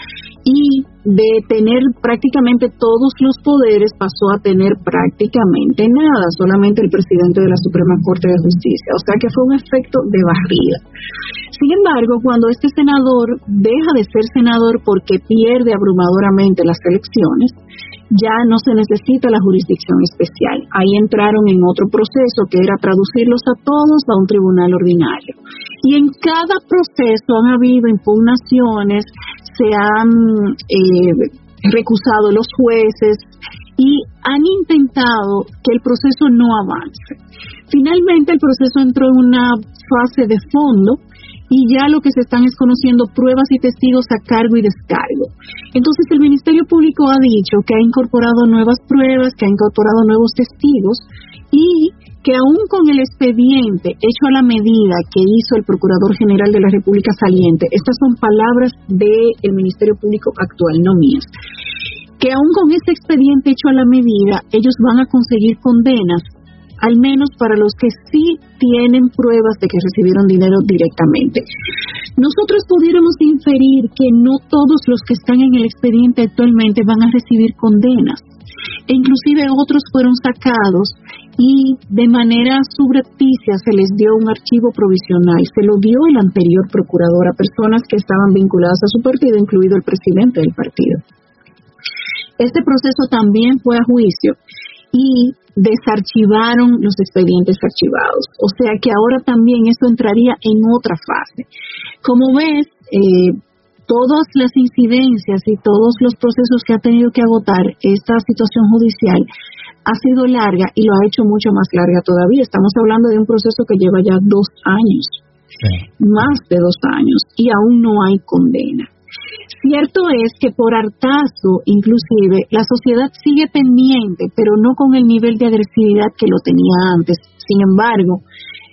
y de tener prácticamente todos los poderes pasó a tener prácticamente nada, solamente el presidente de la Suprema Corte de Justicia, o sea que fue un efecto de barrida. Sin embargo, cuando este senador deja de ser senador porque pierde abrumadoramente las elecciones, ya no se necesita la jurisdicción especial. Ahí entraron en otro proceso que era traducirlos a todos a un tribunal ordinario. Y en cada proceso han habido impugnaciones, se han eh, recusado los jueces y han intentado que el proceso no avance. Finalmente el proceso entró en una fase de fondo y ya lo que se están es conociendo pruebas y testigos a cargo y descargo. Entonces el Ministerio Público ha dicho que ha incorporado nuevas pruebas, que ha incorporado nuevos testigos y que aún con el expediente hecho a la medida que hizo el Procurador General de la República saliente, estas son palabras del Ministerio Público actual, no mías, que aún con este expediente hecho a la medida, ellos van a conseguir condenas, al menos para los que sí tienen pruebas de que recibieron dinero directamente. Nosotros pudiéramos inferir que no todos los que están en el expediente actualmente van a recibir condenas, e inclusive otros fueron sacados y de manera subrepticia se les dio un archivo provisional, se lo dio el anterior procurador a personas que estaban vinculadas a su partido, incluido el presidente del partido. Este proceso también fue a juicio y desarchivaron los expedientes archivados, o sea que ahora también esto entraría en otra fase. Como ves, eh, todas las incidencias y todos los procesos que ha tenido que agotar esta situación judicial ha sido larga y lo ha hecho mucho más larga todavía. Estamos hablando de un proceso que lleva ya dos años, sí. más de dos años, y aún no hay condena. Cierto es que por hartazgo, inclusive, la sociedad sigue pendiente, pero no con el nivel de agresividad que lo tenía antes. Sin embargo,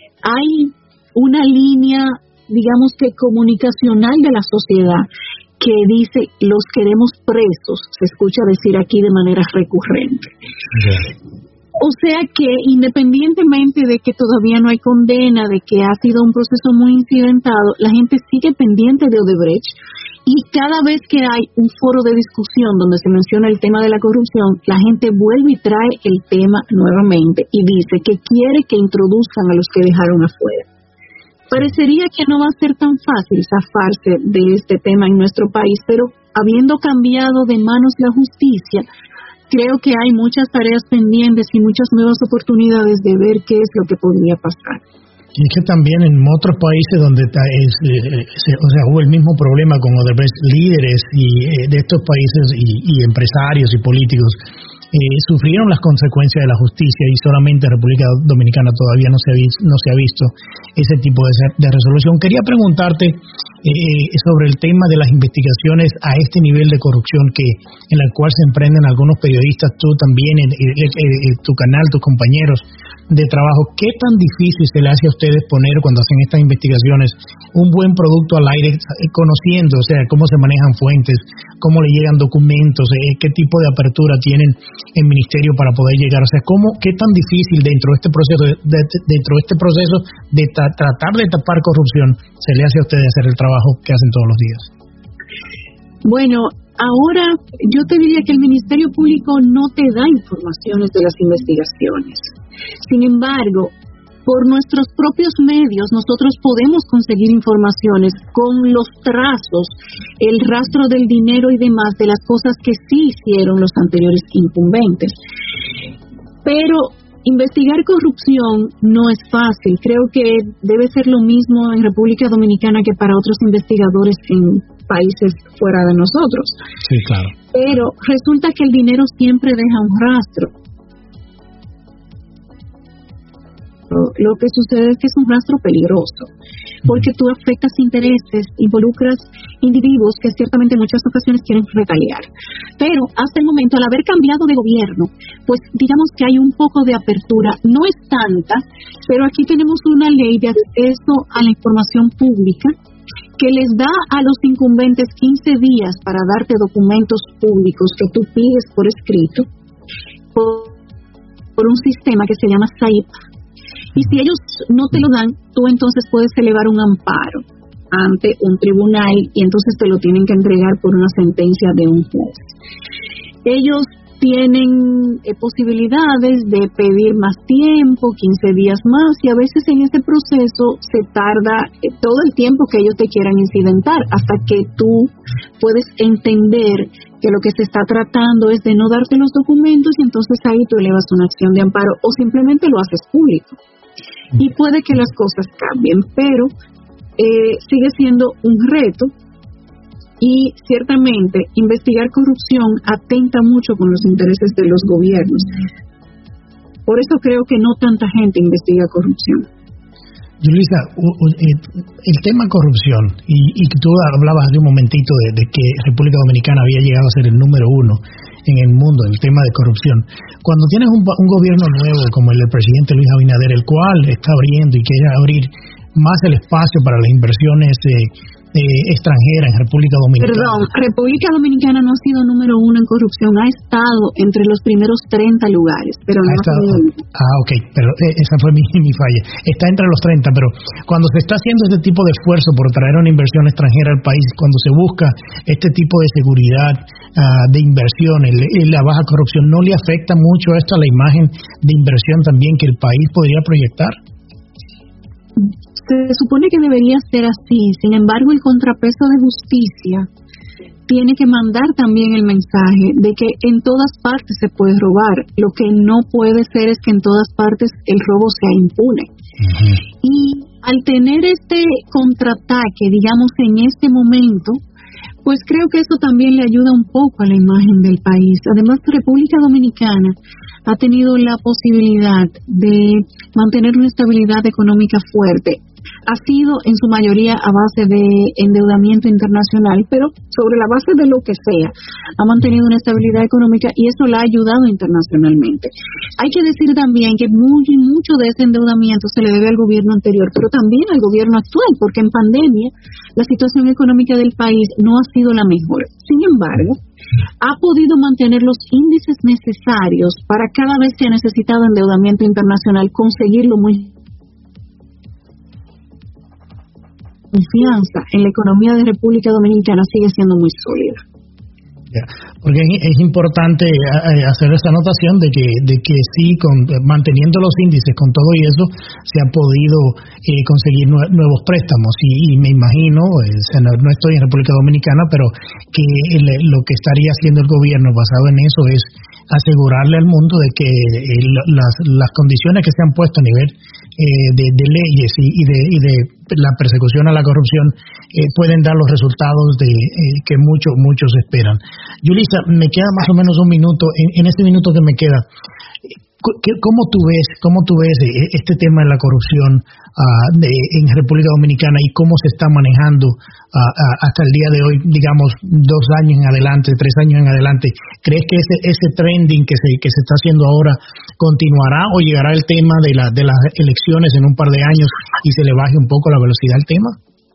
hay una línea, digamos que comunicacional de la sociedad que dice, los queremos presos, se escucha decir aquí de manera recurrente. Yeah. O sea que independientemente de que todavía no hay condena, de que ha sido un proceso muy incidentado, la gente sigue pendiente de Odebrecht y cada vez que hay un foro de discusión donde se menciona el tema de la corrupción, la gente vuelve y trae el tema nuevamente y dice que quiere que introduzcan a los que dejaron afuera. Parecería que no va a ser tan fácil zafarse de este tema en nuestro país, pero habiendo cambiado de manos la justicia, creo que hay muchas tareas pendientes y muchas nuevas oportunidades de ver qué es lo que podría pasar. Y es que también en otros países donde está, es, eh, se, o sea, hubo el mismo problema con Odebrecht, líderes y, eh, de estos países y, y empresarios y políticos Eh, sufrieron las consecuencias de la justicia y solamente en República Dominicana todavía no se ha visto, no se ha visto ese tipo de, de resolución. Quería preguntarte eh, sobre el tema de las investigaciones a este nivel de corrupción que en el cual se emprenden algunos periodistas, tú también, en, en, en, en tu canal, tus compañeros de trabajo. ¿Qué tan difícil se le hace a ustedes poner cuando hacen estas investigaciones un buen producto al aire, conociendo, o sea, cómo se manejan fuentes, cómo le llegan documentos, eh, qué tipo de apertura tienen el ministerio para poder llegar? O sea, cómo, qué tan difícil dentro de este proceso, de, de, dentro de este proceso de ta, tratar de tapar corrupción se le hace a ustedes hacer el trabajo que hacen todos los días? Bueno, ahora yo te diría que el Ministerio Público no te da informaciones de las investigaciones. Sin embargo, por nuestros propios medios nosotros podemos conseguir informaciones con los trazos, el rastro del dinero y demás de las cosas que sí hicieron los anteriores incumbentes. Pero investigar corrupción no es fácil. Creo que debe ser lo mismo en República Dominicana que para otros investigadores en países fuera de nosotros. Sí, claro. Pero resulta que el dinero siempre deja un rastro. Lo que sucede es que es un rastro peligroso, porque tú afectas intereses, involucras individuos que ciertamente en muchas ocasiones quieren retaliar. Pero hasta el momento, al haber cambiado de gobierno, pues digamos que hay un poco de apertura, no es tanta, pero aquí tenemos una ley de acceso a la información pública que les da a los incumbentes quince días para darte documentos públicos que tú pides por escrito por, por un sistema que se llama S A I P. Y si ellos no te lo dan, tú entonces puedes elevar un amparo. ante un tribunal y entonces te lo tienen que entregar por una sentencia de un juez. Ellos tienen eh, posibilidades de pedir más tiempo, quince días más, y a veces en ese proceso se tarda eh, todo el tiempo que ellos te quieran incidentar, hasta que tú puedes entender que lo que se está tratando es de no darte los documentos, y entonces ahí tú elevas una acción de amparo o simplemente lo haces público. Y puede que las cosas cambien, pero eh, sigue siendo un reto. Y ciertamente investigar corrupción atenta mucho con los intereses de los gobiernos. Por eso creo que no tanta gente investiga corrupción. Yulisa, el tema corrupción, y, y tú hablabas hace un momentito de, de que República Dominicana había llegado a ser el número uno en el mundo, el tema de corrupción. Cuando tienes un, un gobierno nuevo como el del presidente Luis Abinader, el cual está abriendo y quiere abrir más el espacio para las inversiones eh, Eh, extranjera en República Dominicana. Perdón, República Dominicana no ha sido número uno en corrupción, ha estado entre los primeros treinta lugares, pero no ha estado. Ah, ok, pero eh, esa fue mi, mi falla. Está entre los treinta, pero cuando se está haciendo este tipo de esfuerzo por traer una inversión extranjera al país, cuando se busca este tipo de seguridad uh, de inversión, el, el, la baja corrupción, ¿no le afecta mucho esto a la imagen de inversión también que el país podría proyectar? Se supone que debería ser así, sin embargo el contrapeso de justicia tiene que mandar también el mensaje de que en todas partes se puede robar. Lo que no puede ser es que en todas partes el robo sea impune. Uh-huh. Y al tener este contraataque, digamos, en este momento, pues creo que eso también le ayuda un poco a la imagen del país. Además, República Dominicana ha tenido la posibilidad de mantener una estabilidad económica fuerte. Ha sido en su mayoría a base de endeudamiento internacional, pero sobre la base de lo que sea, ha mantenido una estabilidad económica y eso la ha ayudado internacionalmente. Hay que decir también que muy, mucho de ese endeudamiento se le debe al gobierno anterior, pero también al gobierno actual, porque en pandemia la situación económica del país no ha sido la mejor. Sin embargo, ha podido mantener los índices necesarios para cada vez que ha necesitado endeudamiento internacional conseguirlo muy confianza en la economía de República Dominicana sigue siendo muy sólida. Ya, porque es importante hacer esa anotación de que de que sí, con, manteniendo los índices con todo y eso, se ha podido eh, conseguir nue- nuevos préstamos y, y me imagino, eh, no, no estoy en República Dominicana, pero que el, lo que estaría haciendo el gobierno basado en eso es asegurarle al mundo de que eh, las, las condiciones que se han puesto a nivel eh, de, de leyes y, y, de, y de la persecución a la corrupción eh, pueden dar los resultados de eh, que muchos muchos esperan. Yulisa, me queda más o menos un minuto. En, en este minuto que me queda, ¿cómo tú ves cómo tú ves este tema de la corrupción uh, de, en República Dominicana y cómo se está manejando uh, uh, hasta el día de hoy, digamos, dos años en adelante, tres años en adelante? ¿Crees que ese ese trending que se que se está haciendo ahora continuará o llegará el tema de la de las elecciones en un par de años y se le baje un poco la velocidad al tema?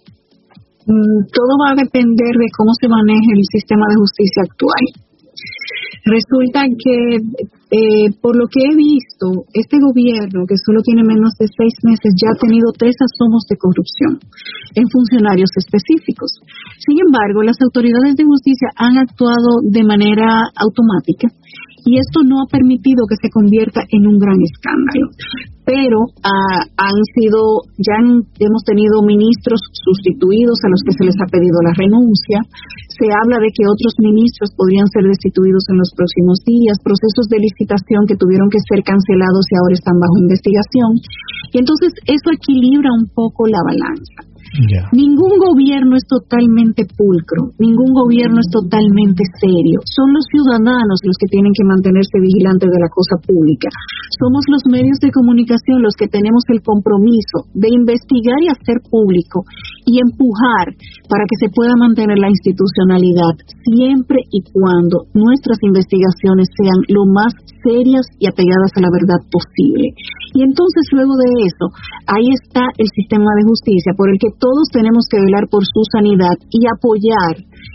Todo va a depender de cómo se maneje el sistema de justicia actual. Resulta que, eh, por lo que he visto, este gobierno, que solo tiene menos de seis meses, ya ha tenido tres asomos de corrupción en funcionarios específicos. Sin embargo, las autoridades de justicia han actuado de manera automática y esto no ha permitido que se convierta en un gran escándalo. Pero uh, han sido, ya han, hemos tenido ministros sustituidos a los que se les ha pedido la renuncia. Se habla de que otros ministros podrían ser destituidos en los próximos días, procesos de licitación que tuvieron que ser cancelados y ahora están bajo investigación. Y entonces eso equilibra un poco la balanza. Yeah. Ningún gobierno es totalmente pulcro, ningún gobierno es totalmente serio. Son los ciudadanos los que tienen que mantenerse vigilantes de la cosa pública. Somos los medios de comunicación los que tenemos el compromiso de investigar y hacer público y empujar para que se pueda mantener la institucionalidad siempre y cuando nuestras investigaciones sean lo más serias y apegadas a la verdad posible. Y entonces luego de eso, ahí está el sistema de justicia por el que todos tenemos que velar por su sanidad y apoyar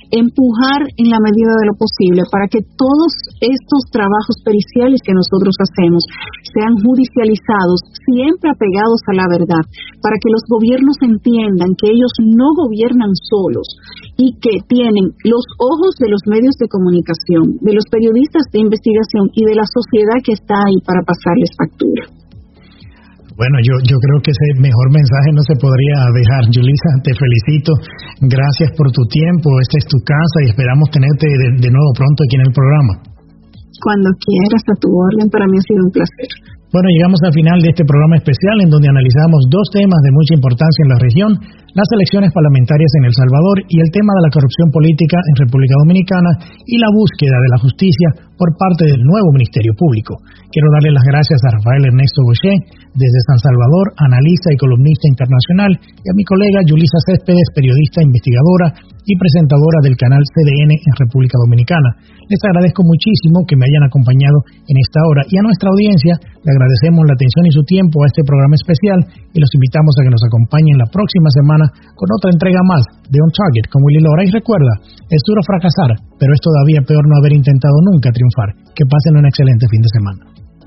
empujar en la medida de lo posible para que todos estos trabajos periciales que nosotros hacemos sean judicializados, siempre apegados a la verdad, para que los gobiernos entiendan que ellos no gobiernan solos y que tienen los ojos de los medios de comunicación, de los periodistas de investigación y de la sociedad que está ahí para pasarles factura. Bueno, yo, yo creo que ese mejor mensaje no se podría dejar. Yulisa, te felicito. Gracias por tu tiempo. Esta es tu casa y esperamos tenerte de, de nuevo pronto aquí en el programa. Cuando quieras, a tu orden. Para mí ha sido un placer. Bueno, llegamos al final de este programa especial en donde analizamos dos temas de mucha importancia en la región, las elecciones parlamentarias en El Salvador y el tema de la corrupción política en República Dominicana y la búsqueda de la justicia por parte del nuevo Ministerio Público. Quiero darle las gracias a Rafael Ernesto Boché, desde San Salvador, analista y columnista internacional, y a mi colega Yulisa Céspedes, periodista, investigadora y presentadora del canal C D N en República Dominicana. Les agradezco muchísimo que me hayan acompañado en esta hora y a nuestra audiencia le agradecemos la atención y su tiempo a este programa especial y los invitamos a que nos acompañen la próxima semana con otra entrega más de On Target con Willy Lora. Y recuerda, es duro fracasar, pero es todavía peor no haber intentado nunca triunfar. Que pasen un excelente fin de semana.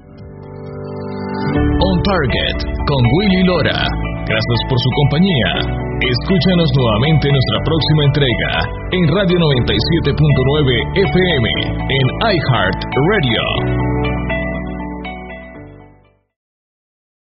On Target con Willy Lora. Gracias por su compañía. Escúchanos nuevamente en nuestra próxima entrega en Radio noventa y siete punto nueve F M en iHeart Radio.